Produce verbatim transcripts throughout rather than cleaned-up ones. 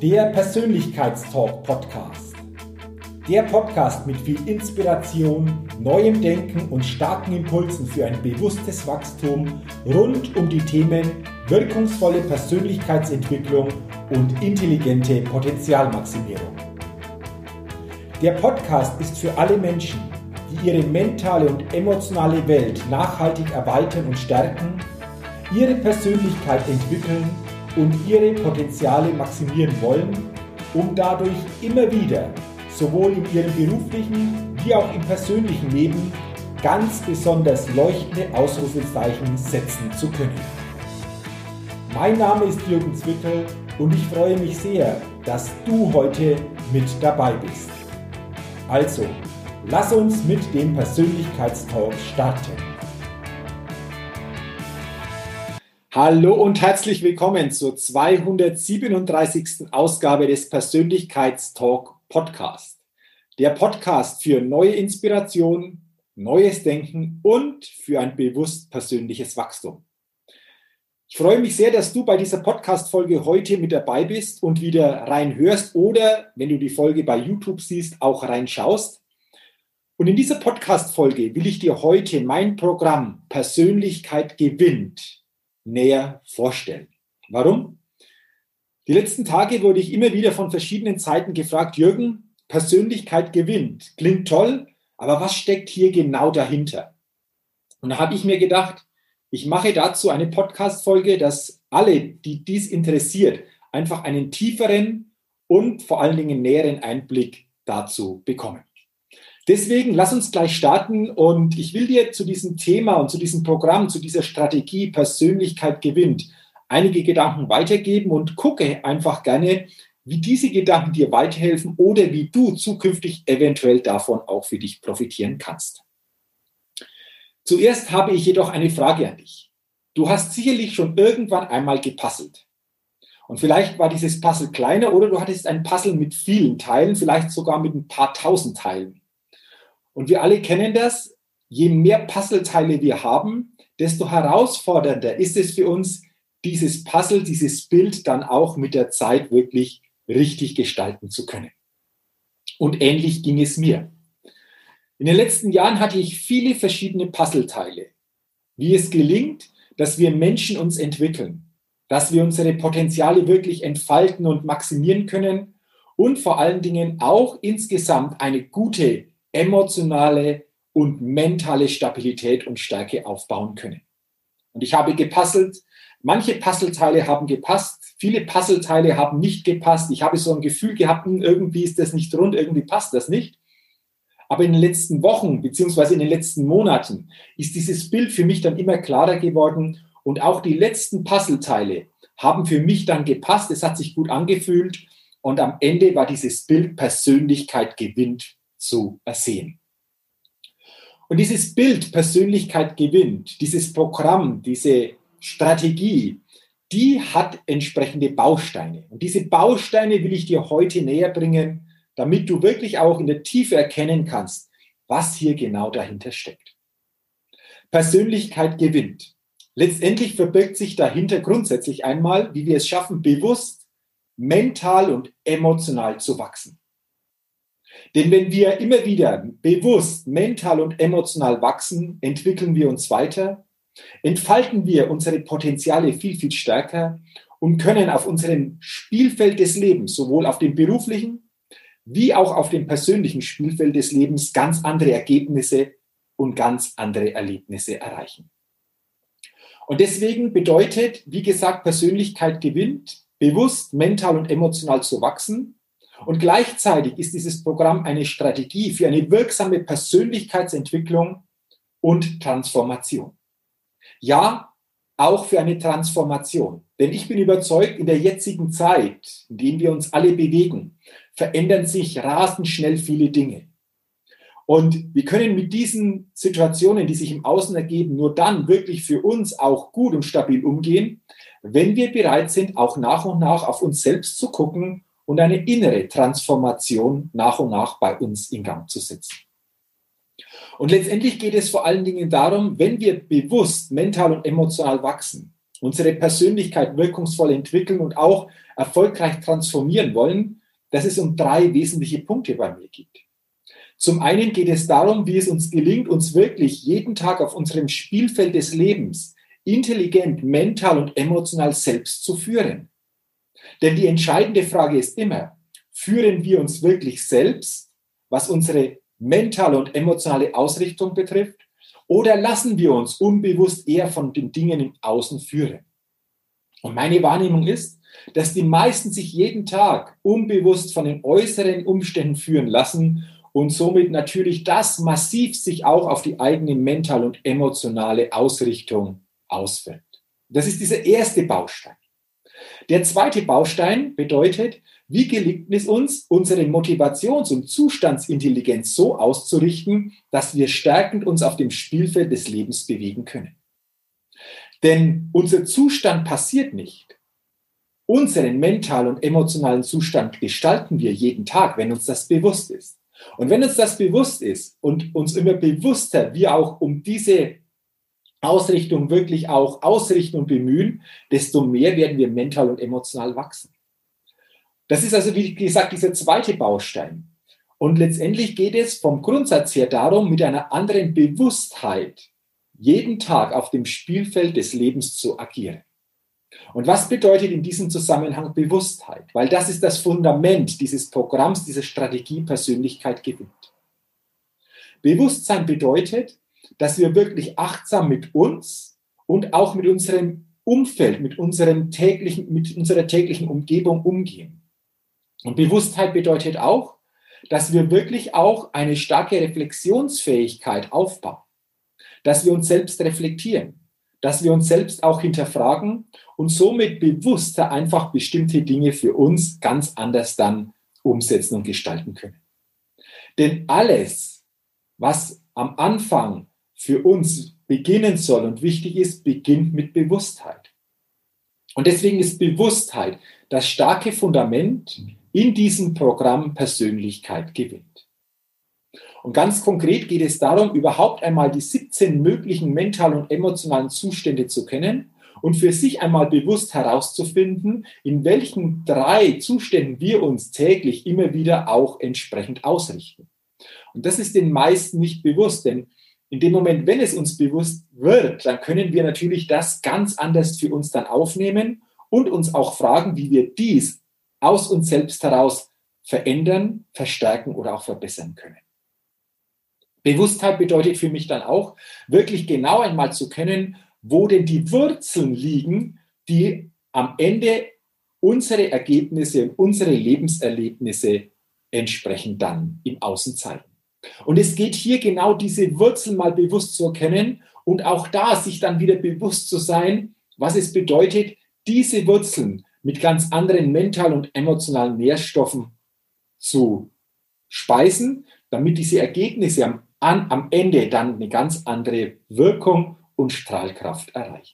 Der Persönlichkeitstalk-Podcast. Der Podcast mit viel Inspiration, neuem Denken und starken Impulsen für ein bewusstes Wachstum rund um die Themen wirkungsvolle Persönlichkeitsentwicklung und intelligente Potenzialmaximierung. Der Podcast ist für alle Menschen, die ihre mentale und emotionale Welt nachhaltig erweitern und stärken, ihre Persönlichkeit entwickeln und ihre Potenziale maximieren wollen, um dadurch immer wieder, sowohl in ihrem beruflichen wie auch im persönlichen Leben, ganz besonders leuchtende Ausrufezeichen setzen zu können. Mein Name ist Jürgen Zwickel und ich freue mich sehr, dass du heute mit dabei bist. Also, lass uns mit dem Persönlichkeitstalk starten. Hallo und herzlich willkommen zur zweihundertsiebenunddreißigsten Ausgabe des Persönlichkeitstalk Podcast. Der Podcast für neue Inspiration, neues Denken und für ein bewusst persönliches Wachstum. Ich freue mich sehr, dass du bei dieser Podcast-Folge heute mit dabei bist und wieder reinhörst oder, wenn du die Folge bei YouTube siehst, auch reinschaust. Und in dieser Podcast-Folge will ich dir heute mein Programm Persönlichkeit gewinnt näher vorstellen. Warum? Die letzten Tage wurde ich immer wieder von verschiedenen Seiten gefragt, Jürgen, Persönlichkeit gewinnt. Klingt toll, aber was steckt hier genau dahinter? Und da habe ich mir gedacht, ich mache dazu eine Podcast-Folge, dass alle, die dies interessiert, einfach einen tieferen und vor allen Dingen näheren Einblick dazu bekommen. Deswegen lass uns gleich starten und ich will dir zu diesem Thema und zu diesem Programm, zu dieser Strategie Persönlichkeit gewinnt, einige Gedanken weitergeben und gucke einfach gerne, wie diese Gedanken dir weiterhelfen oder wie du zukünftig eventuell davon auch für dich profitieren kannst. Zuerst habe ich jedoch eine Frage an dich. Du hast sicherlich schon irgendwann einmal gepuzzelt. Und vielleicht war dieses Puzzle kleiner oder du hattest ein Puzzle mit vielen Teilen, vielleicht sogar mit ein paar tausend Teilen. Und wir alle kennen das, je mehr Puzzleteile wir haben, desto herausfordernder ist es für uns, dieses Puzzle, dieses Bild dann auch mit der Zeit wirklich richtig gestalten zu können. Und ähnlich ging es mir. In den letzten Jahren hatte ich viele verschiedene Puzzleteile. Wie es gelingt, dass wir Menschen uns entwickeln, dass wir unsere Potenziale wirklich entfalten und maximieren können und vor allen Dingen auch insgesamt eine gute emotionale und mentale Stabilität und Stärke aufbauen können. Und ich habe gepuzzelt, manche Puzzleteile haben gepasst, viele Puzzleteile haben nicht gepasst. Ich habe so ein Gefühl gehabt, irgendwie ist das nicht rund, irgendwie passt das nicht. Aber in den letzten Wochen beziehungsweise in den letzten Monaten ist dieses Bild für mich dann immer klarer geworden und auch die letzten Puzzleteile haben für mich dann gepasst. Es hat sich gut angefühlt und am Ende war dieses Bild Persönlichkeit gewinnt zu ersehen. Und dieses Bild Persönlichkeit gewinnt, dieses Programm, diese Strategie, die hat entsprechende Bausteine. Und diese Bausteine will ich dir heute näher bringen, damit du wirklich auch in der Tiefe erkennen kannst, was hier genau dahinter steckt. Persönlichkeit gewinnt. Letztendlich verbirgt sich dahinter grundsätzlich einmal, wie wir es schaffen, bewusst, mental und emotional zu wachsen. Denn wenn wir immer wieder bewusst, mental und emotional wachsen, entwickeln wir uns weiter, entfalten wir unsere Potenziale viel, viel stärker und können auf unserem Spielfeld des Lebens, sowohl auf dem beruflichen wie auch auf dem persönlichen Spielfeld des Lebens, ganz andere Ergebnisse und ganz andere Erlebnisse erreichen. Und deswegen bedeutet, wie gesagt, Persönlichkeit gewinnt, bewusst, mental und emotional zu wachsen. Und gleichzeitig ist dieses Programm eine Strategie für eine wirksame Persönlichkeitsentwicklung und Transformation. Ja, auch für eine Transformation. Denn ich bin überzeugt, in der jetzigen Zeit, in der wir uns alle bewegen, verändern sich rasend schnell viele Dinge. Und wir können mit diesen Situationen, die sich im Außen ergeben, nur dann wirklich für uns auch gut und stabil umgehen, wenn wir bereit sind, auch nach und nach auf uns selbst zu gucken und eine innere Transformation nach und nach bei uns in Gang zu setzen. Und letztendlich geht es vor allen Dingen darum, wenn wir bewusst, mental und emotional wachsen unsere Persönlichkeit wirkungsvoll entwickeln und auch erfolgreich transformieren wollen, dass es um drei wesentliche Punkte bei mir geht. Zum einen geht es darum, wie es uns gelingt, uns wirklich jeden Tag auf unserem Spielfeld des Lebens intelligent, mental und emotional selbst zu führen. Denn die entscheidende Frage ist immer, führen wir uns wirklich selbst, was unsere mentale und emotionale Ausrichtung betrifft, oder lassen wir uns unbewusst eher von den Dingen im Außen führen? Und meine Wahrnehmung ist, dass die meisten sich jeden Tag unbewusst von den äußeren Umständen führen lassen und somit natürlich das massiv sich auch auf die eigene mentale und emotionale Ausrichtung auswirkt. Das ist dieser erste Baustein. Der zweite Baustein bedeutet, wie gelingt es uns, unsere Motivations- und Zustandsintelligenz so auszurichten, dass wir stärkend uns auf dem Spielfeld des Lebens bewegen können. Denn unser Zustand passiert nicht. Unseren mentalen und emotionalen Zustand gestalten wir jeden Tag, wenn uns das bewusst ist. Und wenn uns das bewusst ist und uns immer bewusster wir auch um diese Ausrichtung wirklich auch ausrichten und bemühen, desto mehr werden wir mental und emotional wachsen. Das ist also, wie gesagt, dieser zweite Baustein. Und letztendlich geht es vom Grundsatz her darum, mit einer anderen Bewusstheit jeden Tag auf dem Spielfeld des Lebens zu agieren. Und was bedeutet in diesem Zusammenhang Bewusstheit? Weil das ist das Fundament dieses Programms, dieser Strategie Persönlichkeit gewinnt. Bewusstsein bedeutet, dass wir wirklich achtsam mit uns und auch mit unserem Umfeld, mit, unserem täglichen, mit unserer täglichen Umgebung umgehen. Und Bewusstheit bedeutet auch, dass wir wirklich auch eine starke Reflexionsfähigkeit aufbauen, dass wir uns selbst reflektieren, dass wir uns selbst auch hinterfragen und somit bewusster einfach bestimmte Dinge für uns ganz anders dann umsetzen und gestalten können. Denn alles, was am Anfang für uns beginnen soll und wichtig ist, beginnt mit Bewusstheit. Und deswegen ist Bewusstheit das starke Fundament in diesem Programm Persönlichkeit gewinnt. Und ganz konkret geht es darum, überhaupt einmal die siebzehn möglichen mentalen und emotionalen Zustände zu kennen und für sich einmal bewusst herauszufinden, in welchen drei Zuständen wir uns täglich immer wieder auch entsprechend ausrichten. Und das ist den meisten nicht bewusst, denn in dem Moment, wenn es uns bewusst wird, dann können wir natürlich das ganz anders für uns dann aufnehmen und uns auch fragen, wie wir dies aus uns selbst heraus verändern, verstärken oder auch verbessern können. Bewusstheit bedeutet für mich dann auch, wirklich genau einmal zu kennen, wo denn die Wurzeln liegen, die am Ende unsere Ergebnisse und unsere Lebenserlebnisse entsprechend dann im Außen zeigen. Und es geht hier genau diese Wurzeln mal bewusst zu erkennen und auch da sich dann wieder bewusst zu sein, was es bedeutet, diese Wurzeln mit ganz anderen mentalen und emotionalen Nährstoffen zu speisen, damit diese Ergebnisse am, an, am Ende dann eine ganz andere Wirkung und Strahlkraft erreichen.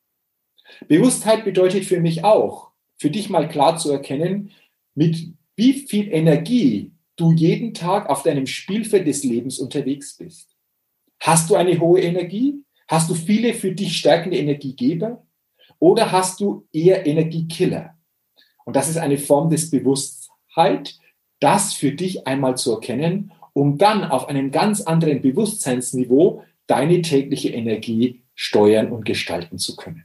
Bewusstheit bedeutet für mich auch, für dich mal klar zu erkennen, mit wie viel Energie du jeden Tag auf deinem Spielfeld des Lebens unterwegs bist. Hast du eine hohe Energie? Hast du viele für dich stärkende Energiegeber? Oder hast du eher Energiekiller? Und das ist eine Form des Bewusstheit, das für dich einmal zu erkennen, um dann auf einem ganz anderen Bewusstseinsniveau deine tägliche Energie steuern und gestalten zu können.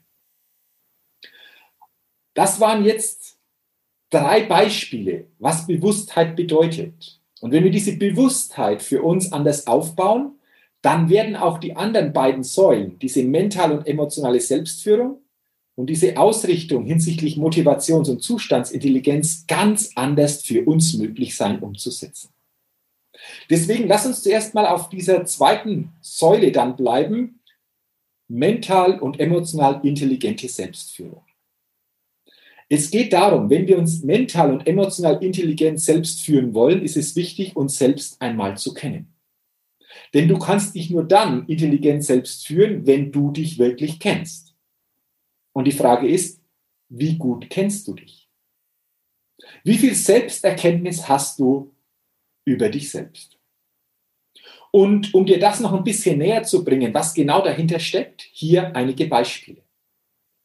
Das waren jetzt drei Beispiele, was Bewusstheit bedeutet. Und wenn wir diese Bewusstheit für uns anders aufbauen, dann werden auch die anderen beiden Säulen, diese mentale und emotionale Selbstführung und diese Ausrichtung hinsichtlich Motivations- und Zustandsintelligenz ganz anders für uns möglich sein, umzusetzen. Deswegen lass uns zuerst mal auf dieser zweiten Säule dann bleiben, mental und emotional intelligente Selbstführung. Es geht darum, wenn wir uns mental und emotional intelligent selbst führen wollen, ist es wichtig, uns selbst einmal zu kennen. Denn du kannst dich nur dann intelligent selbst führen, wenn du dich wirklich kennst. Und die Frage ist, wie gut kennst du dich? Wie viel Selbsterkenntnis hast du über dich selbst? Und um dir das noch ein bisschen näher zu bringen, was genau dahinter steckt, hier einige Beispiele.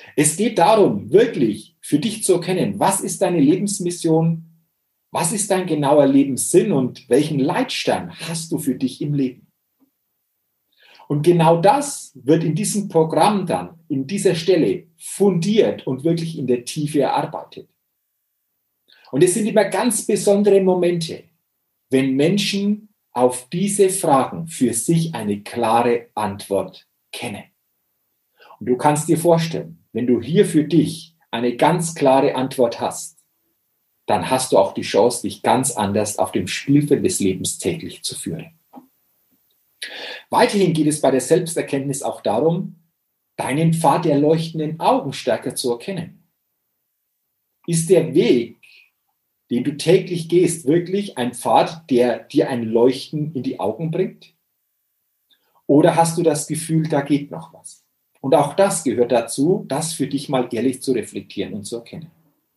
Es geht darum, wirklich für dich zu erkennen, was ist deine Lebensmission, was ist dein genauer Lebenssinn und welchen Leitstern hast du für dich im Leben. Und genau das wird in diesem Programm dann, in dieser Stelle fundiert und wirklich in der Tiefe erarbeitet. Und es sind immer ganz besondere Momente, wenn Menschen auf diese Fragen für sich eine klare Antwort kennen. Und du kannst dir vorstellen, wenn du hier für dich eine ganz klare Antwort hast, dann hast du auch die Chance, dich ganz anders auf dem Spielfeld des Lebens täglich zu führen. Weiterhin geht es bei der Selbsterkenntnis auch darum, deinen Pfad der leuchtenden Augen stärker zu erkennen. Ist der Weg, den du täglich gehst, wirklich ein Pfad, der dir ein Leuchten in die Augen bringt? Oder hast du das Gefühl, da geht noch was? Und auch das gehört dazu, das für dich mal ehrlich zu reflektieren und zu erkennen.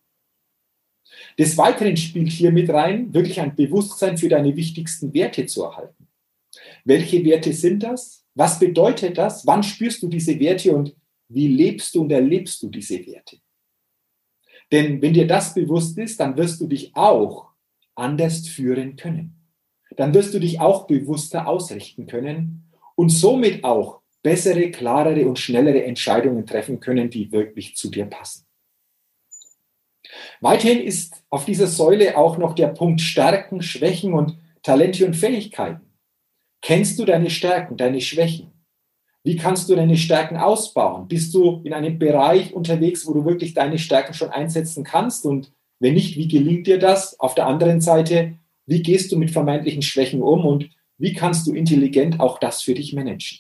Des Weiteren spielt hier mit rein, wirklich ein Bewusstsein für deine wichtigsten Werte zu erhalten. Welche Werte sind das? Was bedeutet das? Wann spürst du diese Werte und wie lebst du und erlebst du diese Werte? Denn wenn dir das bewusst ist, dann wirst du dich auch anders führen können. Dann wirst du dich auch bewusster ausrichten können und somit auch bessere, klarere und schnellere Entscheidungen treffen können, die wirklich zu dir passen. Weiterhin ist auf dieser Säule auch noch der Punkt Stärken, Schwächen und Talente und Fähigkeiten. Kennst du deine Stärken, deine Schwächen? Wie kannst du deine Stärken ausbauen? Bist du in einem Bereich unterwegs, wo du wirklich deine Stärken schon einsetzen kannst? Und wenn nicht, wie gelingt dir das? Auf der anderen Seite, wie gehst du mit vermeintlichen Schwächen um und wie kannst du intelligent auch das für dich managen?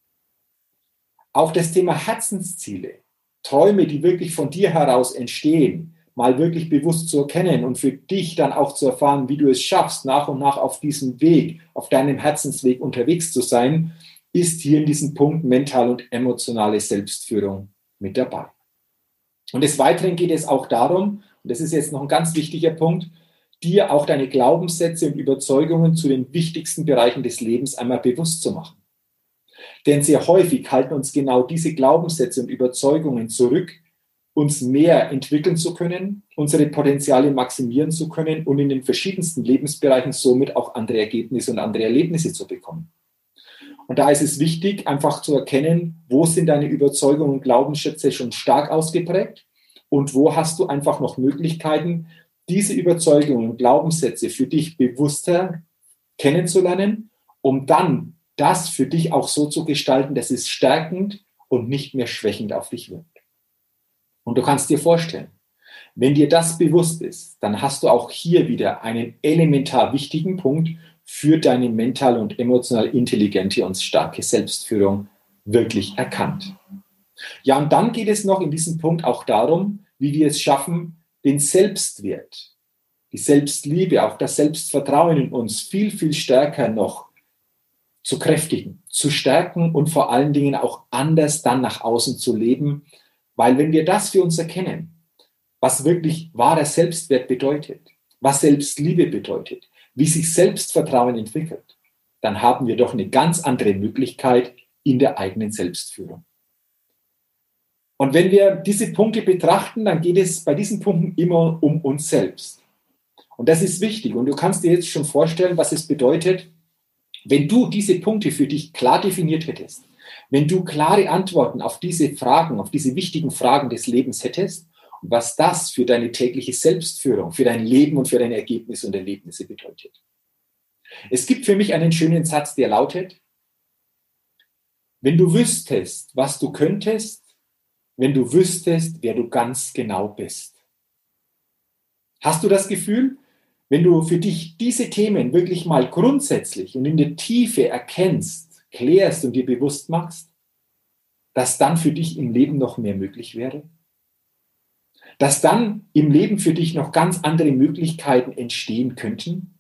Auch das Thema Herzensziele, Träume, die wirklich von dir heraus entstehen, mal wirklich bewusst zu erkennen und für dich dann auch zu erfahren, wie du es schaffst, nach und nach auf diesem Weg, auf deinem Herzensweg unterwegs zu sein, ist hier in diesem Punkt mentale und emotionale Selbstführung mit dabei. Und des Weiteren geht es auch darum, und das ist jetzt noch ein ganz wichtiger Punkt, dir auch deine Glaubenssätze und Überzeugungen zu den wichtigsten Bereichen des Lebens einmal bewusst zu machen. Denn sehr häufig halten uns genau diese Glaubenssätze und Überzeugungen zurück, uns mehr entwickeln zu können, unsere Potenziale maximieren zu können und in den verschiedensten Lebensbereichen somit auch andere Ergebnisse und andere Erlebnisse zu bekommen. Und da ist es wichtig, einfach zu erkennen, wo sind deine Überzeugungen und Glaubenssätze schon stark ausgeprägt und wo hast du einfach noch Möglichkeiten, diese Überzeugungen und Glaubenssätze für dich bewusster kennenzulernen, um dann das für dich auch so zu gestalten, dass es stärkend und nicht mehr schwächend auf dich wirkt. Und du kannst dir vorstellen, wenn dir das bewusst ist, dann hast du auch hier wieder einen elementar wichtigen Punkt für deine mental und emotional intelligente und starke Selbstführung wirklich erkannt. Ja, und dann geht es noch in diesem Punkt auch darum, wie wir es schaffen, den Selbstwert, die Selbstliebe, auch das Selbstvertrauen in uns viel, viel stärker noch zu kräftigen, zu stärken und vor allen Dingen auch anders dann nach außen zu leben. Weil wenn wir das für uns erkennen, was wirklich wahrer Selbstwert bedeutet, was Selbstliebe bedeutet, wie sich Selbstvertrauen entwickelt, dann haben wir doch eine ganz andere Möglichkeit in der eigenen Selbstführung. Und wenn wir diese Punkte betrachten, dann geht es bei diesen Punkten immer um uns selbst. Und das ist wichtig. Und du kannst dir jetzt schon vorstellen, was es bedeutet, wenn du diese Punkte für dich klar definiert hättest, wenn du klare Antworten auf diese Fragen, auf diese wichtigen Fragen des Lebens hättest, und was das für deine tägliche Selbstführung, für dein Leben und für deine Ergebnisse und Erlebnisse bedeutet. Es gibt für mich einen schönen Satz, der lautet: Wenn du wüsstest, was du könntest, wenn du wüsstest, wer du ganz genau bist. Hast du das Gefühl, wenn du für dich diese Themen wirklich mal grundsätzlich und in der Tiefe erkennst, klärst und dir bewusst machst, dass dann für dich im Leben noch mehr möglich wäre? Dass dann im Leben für dich noch ganz andere Möglichkeiten entstehen könnten?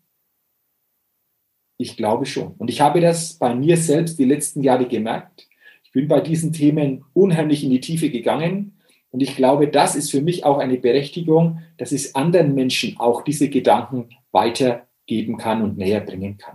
Ich glaube schon. Und ich habe das bei mir selbst die letzten Jahre gemerkt. Ich bin bei diesen Themen unheimlich in die Tiefe gegangen. Und ich glaube, das ist für mich auch eine Berechtigung, dass es anderen Menschen auch diese Gedanken weitergeben kann und näher bringen kann.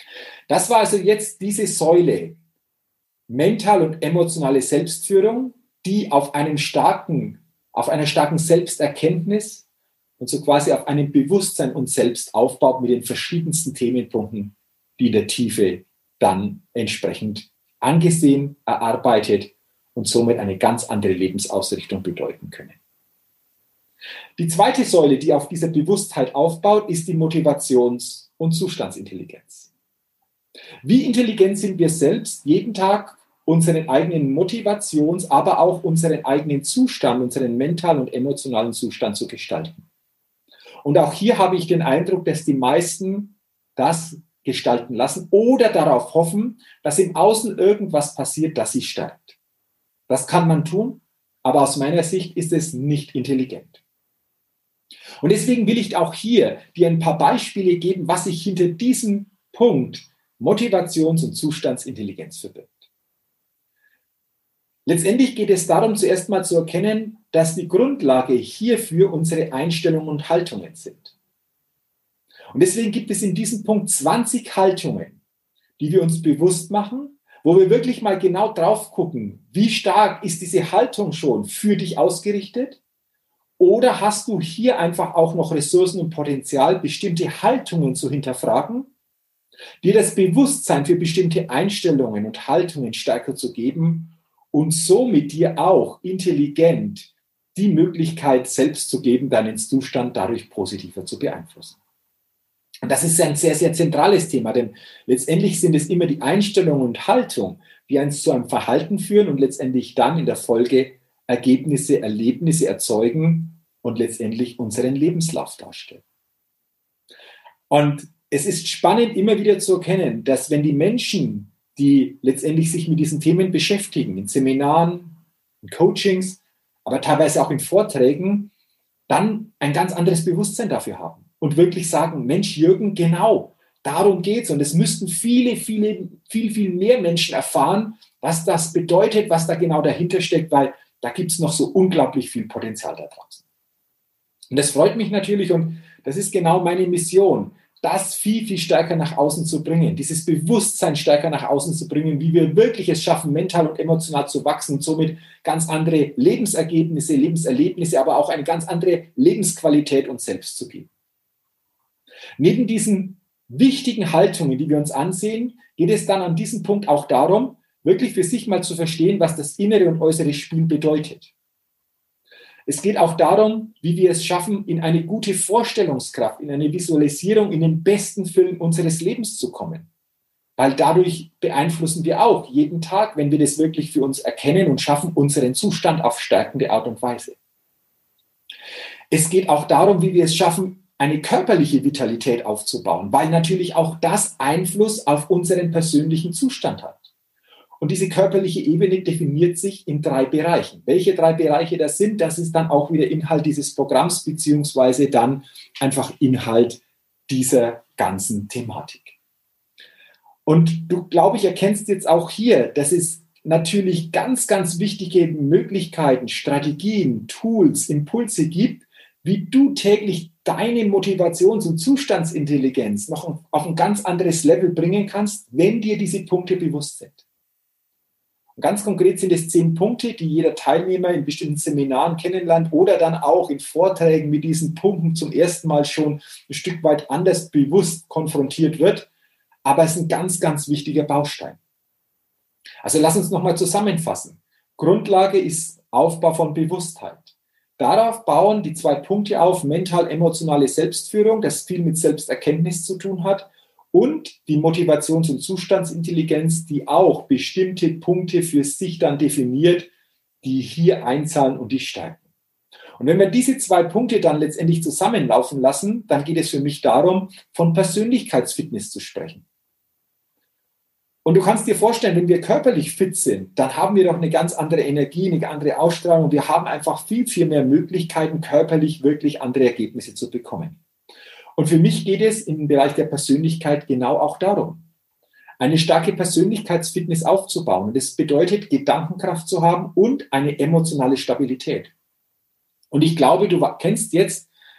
Das war also jetzt diese Säule, mental und emotionale Selbstführung, die auf einem starken, auf einer starken Selbsterkenntnis und so quasi auf einem Bewusstsein uns selbst aufbaut mit den verschiedensten Themenpunkten, die in der Tiefe dann entsprechend angesehen, erarbeitet und somit eine ganz andere Lebensausrichtung bedeuten können. Die zweite Säule, die auf dieser Bewusstheit aufbaut, ist die Motivations- und Zustandsintelligenz. Wie intelligent sind wir selbst, jeden Tag unseren eigenen Motivations-, aber auch unseren eigenen Zustand, unseren mentalen und emotionalen Zustand zu gestalten? Und auch hier habe ich den Eindruck, dass die meisten das gestalten lassen oder darauf hoffen, dass im Außen irgendwas passiert, das sie stärkt. Das kann man tun, aber aus meiner Sicht ist es nicht intelligent. Und deswegen will ich auch hier dir ein paar Beispiele geben, was sich hinter diesem Punkt Motivations- und Zustandsintelligenz verbirgt. Letztendlich geht es darum, zuerst mal zu erkennen, dass die Grundlage hierfür unsere Einstellungen und Haltungen sind. Und deswegen gibt es in diesem Punkt zwanzig Haltungen, die wir uns bewusst machen, wo wir wirklich mal genau drauf gucken, wie stark ist diese Haltung schon für dich ausgerichtet? Oder hast du hier einfach auch noch Ressourcen und Potenzial, bestimmte Haltungen zu hinterfragen, dir das Bewusstsein für bestimmte Einstellungen und Haltungen stärker zu geben und somit dir auch intelligent die Möglichkeit selbst zu geben, deinen Zustand dadurch positiver zu beeinflussen. Und das ist ein sehr, sehr zentrales Thema, denn letztendlich sind es immer die Einstellungen und Haltung, die uns zu einem Verhalten führen und letztendlich dann in der Folge Ergebnisse, Erlebnisse erzeugen und letztendlich unseren Lebenslauf darstellen. Und es ist spannend, immer wieder zu erkennen, dass wenn die Menschen, die letztendlich sich mit diesen Themen beschäftigen, in Seminaren, in Coachings, aber teilweise auch in Vorträgen, dann ein ganz anderes Bewusstsein dafür haben und wirklich sagen, Mensch, Jürgen, genau, darum geht's. Und es müssten viele, viele, viel, viel mehr Menschen erfahren, was das bedeutet, was da genau dahinter steckt, weil da gibt es noch so unglaublich viel Potenzial da draußen. Und das freut mich natürlich und das ist genau meine Mission, das viel, viel stärker nach außen zu bringen, dieses Bewusstsein stärker nach außen zu bringen, wie wir wirklich es schaffen, mental und emotional zu wachsen und somit ganz andere Lebensergebnisse, Lebenserlebnisse, aber auch eine ganz andere Lebensqualität uns selbst zu geben. Neben diesen wichtigen Haltungen, die wir uns ansehen, geht es dann an diesem Punkt auch darum, wirklich für sich mal zu verstehen, was das innere und äußere Spiel bedeutet. Es geht auch darum, wie wir es schaffen, in eine gute Vorstellungskraft, in eine Visualisierung, in den besten Film unseres Lebens zu kommen. Weil dadurch beeinflussen wir auch jeden Tag, wenn wir das wirklich für uns erkennen und schaffen, unseren Zustand auf stärkende Art und Weise. Es geht auch darum, wie wir es schaffen, eine körperliche Vitalität aufzubauen, weil natürlich auch das Einfluss auf unseren persönlichen Zustand hat. Und diese körperliche Ebene definiert sich in drei Bereichen. Welche drei Bereiche das sind, das ist dann auch wieder Inhalt dieses Programms, beziehungsweise dann einfach Inhalt dieser ganzen Thematik. Und du, glaube ich, erkennst jetzt auch hier, dass es natürlich ganz, ganz wichtige Möglichkeiten, Strategien, Tools, Impulse gibt, wie du täglich deine Motivations- und Zustandsintelligenz noch auf ein ganz anderes Level bringen kannst, wenn dir diese Punkte bewusst sind. Und ganz konkret sind es zehn Punkte, die jeder Teilnehmer in bestimmten Seminaren kennenlernt oder dann auch in Vorträgen mit diesen Punkten zum ersten Mal schon ein Stück weit anders bewusst konfrontiert wird. Aber es ist ein ganz, ganz wichtiger Baustein. Also lass uns nochmal zusammenfassen. Grundlage ist Aufbau von Bewusstheit. Darauf bauen die zwei Punkte auf, mental-emotionale Selbstführung, das viel mit Selbsterkenntnis zu tun hat, und die Motivations- und Zustandsintelligenz, die auch bestimmte Punkte für sich dann definiert, die hier einzahlen und die stärken. Und wenn wir diese zwei Punkte dann letztendlich zusammenlaufen lassen, dann geht es für mich darum, von Persönlichkeitsfitness zu sprechen. Und du kannst dir vorstellen, wenn wir körperlich fit sind, dann haben wir doch eine ganz andere Energie, eine andere Ausstrahlung. Wir haben einfach viel, viel mehr Möglichkeiten, körperlich wirklich andere Ergebnisse zu bekommen. Und für mich geht es im Bereich der Persönlichkeit genau auch darum, eine starke Persönlichkeitsfitness aufzubauen. Und das bedeutet, Gedankenkraft zu haben und eine emotionale Stabilität. Und ich glaube, du kennst jetzt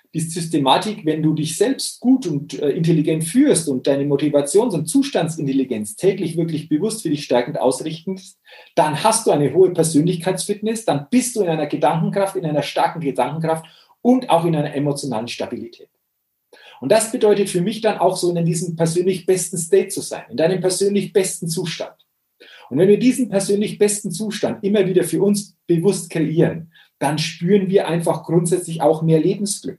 die Systematik, wenn du dich selbst gut und äh, intelligent führst und deine Motivations- und Zustandsintelligenz täglich wirklich bewusst für dich stärkend ausrichtest, dann hast du eine hohe Persönlichkeitsfitness, dann bist du in einer Gedankenkraft, in einer starken Gedankenkraft und auch in einer emotionalen Stabilität. Und das bedeutet für mich dann auch so, in diesem persönlich besten State zu sein, in deinem persönlich besten Zustand. Und wenn wir diesen persönlich besten Zustand immer wieder für uns bewusst kreieren, dann spüren wir einfach grundsätzlich auch mehr Lebensglück.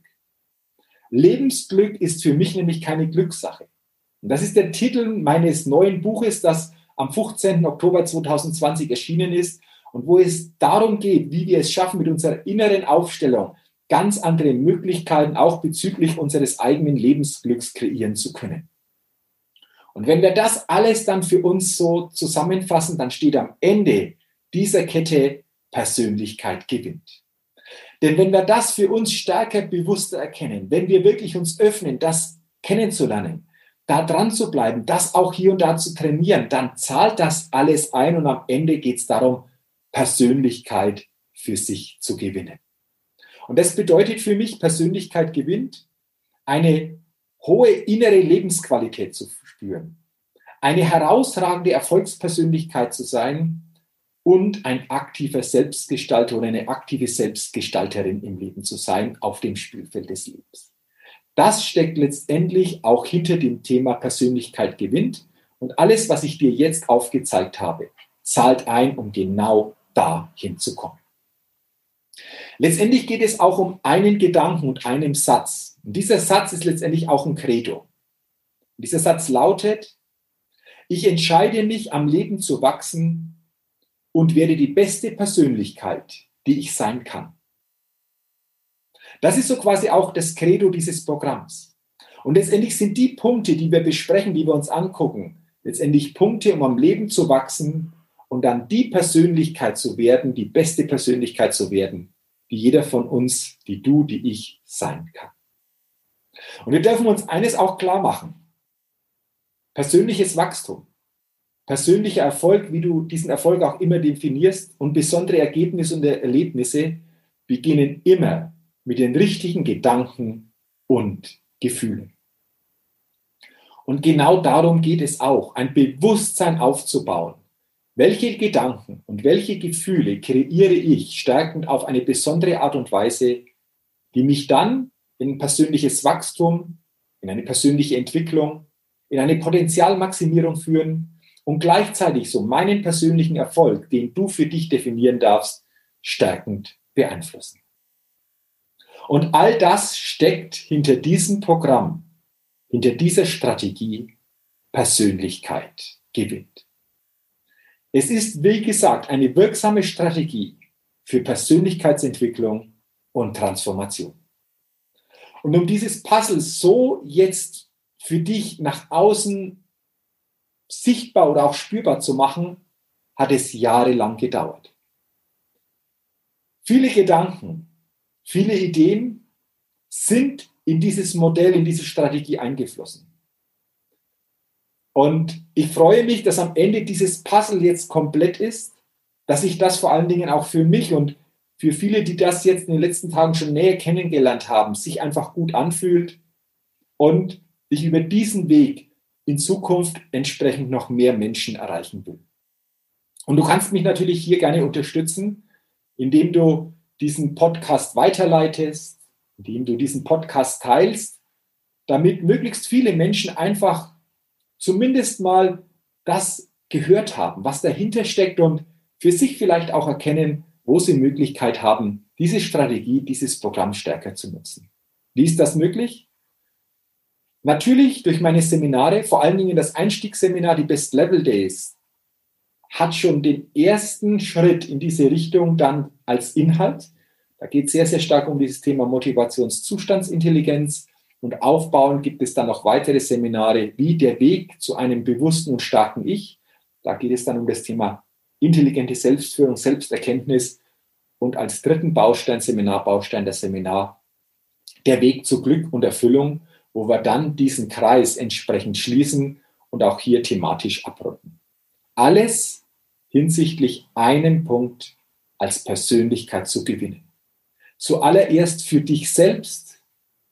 Lebensglück ist für mich nämlich keine Glückssache. Und das ist der Titel meines neuen Buches, das am fünfzehnten Oktober zweitausendzwanzig erschienen ist und wo es darum geht, wie wir es schaffen, mit unserer inneren Aufstellung ganz andere Möglichkeiten auch bezüglich unseres eigenen Lebensglücks kreieren zu können. Und wenn wir das alles dann für uns so zusammenfassen, dann steht am Ende dieser Kette Persönlichkeit gewinnt. Denn wenn wir das für uns stärker, bewusster erkennen, wenn wir wirklich uns öffnen, das kennenzulernen, da dran zu bleiben, das auch hier und da zu trainieren, dann zahlt das alles ein und am Ende geht es darum, Persönlichkeit für sich zu gewinnen. Und das bedeutet für mich, Persönlichkeit gewinnt, eine hohe innere Lebensqualität zu spüren, eine herausragende Erfolgspersönlichkeit zu sein und ein aktiver Selbstgestalter oder eine aktive Selbstgestalterin im Leben zu sein auf dem Spielfeld des Lebens. Das steckt letztendlich auch hinter dem Thema Persönlichkeit gewinnt und alles, was ich dir jetzt aufgezeigt habe, zahlt ein, um genau da hinzukommen. Letztendlich geht es auch um einen Gedanken und einen Satz. Und dieser Satz ist letztendlich auch ein Credo. Und dieser Satz lautet: Ich entscheide mich, am Leben zu wachsen und werde die beste Persönlichkeit, die ich sein kann. Das ist so quasi auch das Credo dieses Programms. Und letztendlich sind die Punkte, die wir besprechen, die wir uns angucken, letztendlich Punkte, um am Leben zu wachsen und dann die Persönlichkeit zu werden, die beste Persönlichkeit zu werden, die jeder von uns, die du, die ich sein kann. Und wir dürfen uns eines auch klar machen: Persönliches Wachstum, persönlicher Erfolg, wie du diesen Erfolg auch immer definierst, und besondere Ergebnisse und Erlebnisse beginnen immer mit den richtigen Gedanken und Gefühlen. Und genau darum geht es auch, ein Bewusstsein aufzubauen. Welche Gedanken und welche Gefühle kreiere ich stärkend auf eine besondere Art und Weise, die mich dann in ein persönliches Wachstum, in eine persönliche Entwicklung, in eine Potenzialmaximierung führen und gleichzeitig so meinen persönlichen Erfolg, den du für dich definieren darfst, stärkend beeinflussen. Und all das steckt hinter diesem Programm, hinter dieser Strategie Persönlichkeit gewinnt. Es ist, wie gesagt, eine wirksame Strategie für Persönlichkeitsentwicklung und Transformation. Und um dieses Puzzle so jetzt für dich nach außen sichtbar oder auch spürbar zu machen, hat es jahrelang gedauert. Viele Gedanken, viele Ideen sind in dieses Modell, in diese Strategie eingeflossen. Und ich freue mich, dass am Ende dieses Puzzle jetzt komplett ist, dass ich das vor allen Dingen auch für mich und für viele, die das jetzt in den letzten Tagen schon näher kennengelernt haben, sich einfach gut anfühlt und ich über diesen Weg in Zukunft entsprechend noch mehr Menschen erreichen will. Und du kannst mich natürlich hier gerne unterstützen, indem du diesen Podcast weiterleitest, indem du diesen Podcast teilst, damit möglichst viele Menschen einfach zumindest mal das gehört haben, was dahinter steckt und für sich vielleicht auch erkennen, wo sie Möglichkeit haben, diese Strategie, dieses Programm stärker zu nutzen. Wie ist das möglich? Natürlich durch meine Seminare, vor allen Dingen das Einstiegsseminar, die Best Level Days, hat schon den ersten Schritt in diese Richtung dann als Inhalt. Da geht es sehr, sehr stark um dieses Thema Motivationszustandsintelligenz. Und aufbauend gibt es dann noch weitere Seminare, wie der Weg zu einem bewussten und starken Ich. Da geht es dann um das Thema intelligente Selbstführung, Selbsterkenntnis. Und als dritten Baustein, Seminarbaustein, das Seminar, der Weg zu Glück und Erfüllung, wo wir dann diesen Kreis entsprechend schließen und auch hier thematisch abrunden. Alles hinsichtlich einem Punkt als Persönlichkeit zu gewinnen. Zuallererst für dich selbst,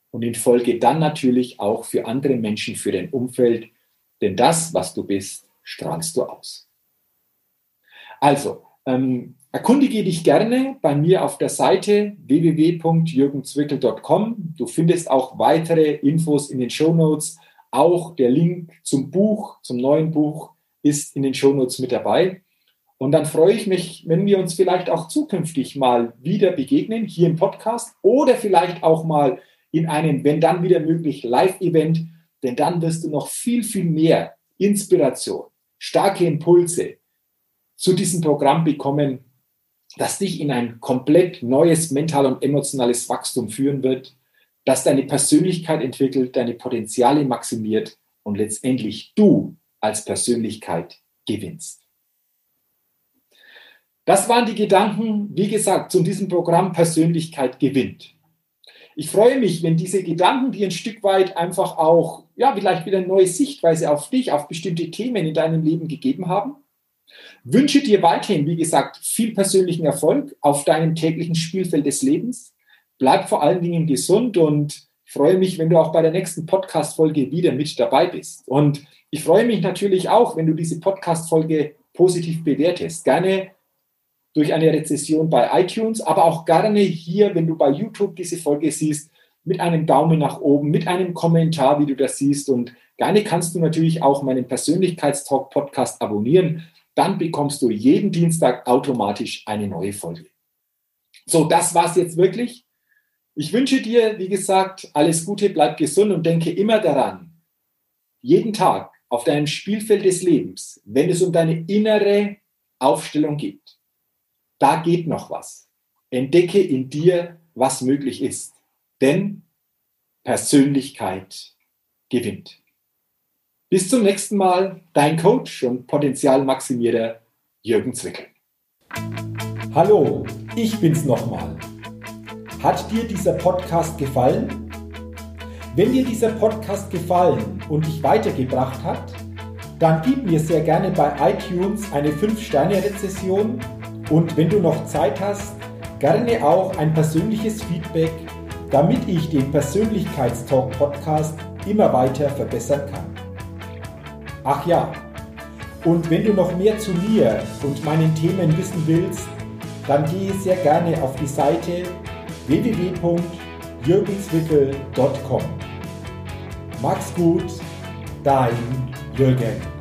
und in Folge dann natürlich auch für andere Menschen, für dein Umfeld, denn das, was du bist, strahlst du aus. Also, ähm, erkundige dich gerne bei mir auf der Seite w w w punkt jürgen zwickel punkt com. Du findest auch weitere Infos in den Shownotes. Auch der Link zum Buch, zum neuen Buch, ist in den Shownotes mit dabei. Und dann freue ich mich, wenn wir uns vielleicht auch zukünftig mal wieder begegnen, hier im Podcast oder vielleicht auch mal in einem, wenn dann wieder möglich, Live-Event, denn dann wirst du noch viel, viel mehr Inspiration, starke Impulse zu diesem Programm bekommen, das dich in ein komplett neues mental- und emotionales Wachstum führen wird, das deine Persönlichkeit entwickelt, deine Potenziale maximiert und letztendlich du als Persönlichkeit gewinnst. Das waren die Gedanken, wie gesagt, zu diesem Programm Persönlichkeit gewinnt. Ich freue mich, wenn diese Gedanken dir ein Stück weit einfach auch, ja, vielleicht wieder eine neue Sichtweise auf dich, auf bestimmte Themen in deinem Leben gegeben haben. Wünsche dir weiterhin, wie gesagt, viel persönlichen Erfolg auf deinem täglichen Spielfeld des Lebens. Bleib vor allen Dingen gesund und ich freue mich, wenn du auch bei der nächsten Podcast-Folge wieder mit dabei bist. Und ich freue mich natürlich auch, wenn du diese Podcast-Folge positiv bewertest. Gerne durch eine Rezession bei iTunes, aber auch gerne hier, wenn du bei YouTube diese Folge siehst, mit einem Daumen nach oben, mit einem Kommentar, wie du das siehst. Und gerne kannst du natürlich auch meinen Persönlichkeitstalk-Podcast abonnieren. Dann bekommst du jeden Dienstag automatisch eine neue Folge. So, das war's jetzt wirklich. Ich wünsche dir, wie gesagt, alles Gute, bleib gesund und denke immer daran, jeden Tag auf deinem Spielfeld des Lebens, wenn es um deine innere Aufstellung geht, da geht noch was. Entdecke in dir, was möglich ist. Denn Persönlichkeit gewinnt. Bis zum nächsten Mal, dein Coach und Potenzialmaximierer Jürgen Zwickel. Hallo, ich bin's nochmal. Hat dir dieser Podcast gefallen? Wenn dir dieser Podcast gefallen und dich weitergebracht hat, dann gib mir sehr gerne bei iTunes eine fünf Sterne Rezession und wenn du noch Zeit hast, gerne auch ein persönliches Feedback, damit ich den Persönlichkeitstalk-Podcast immer weiter verbessern kann. Ach ja, und wenn du noch mehr zu mir und meinen Themen wissen willst, dann gehe sehr gerne auf die Seite w w w punkt jürgen zwickel punkt com. Mach's gut, dein Jürgen.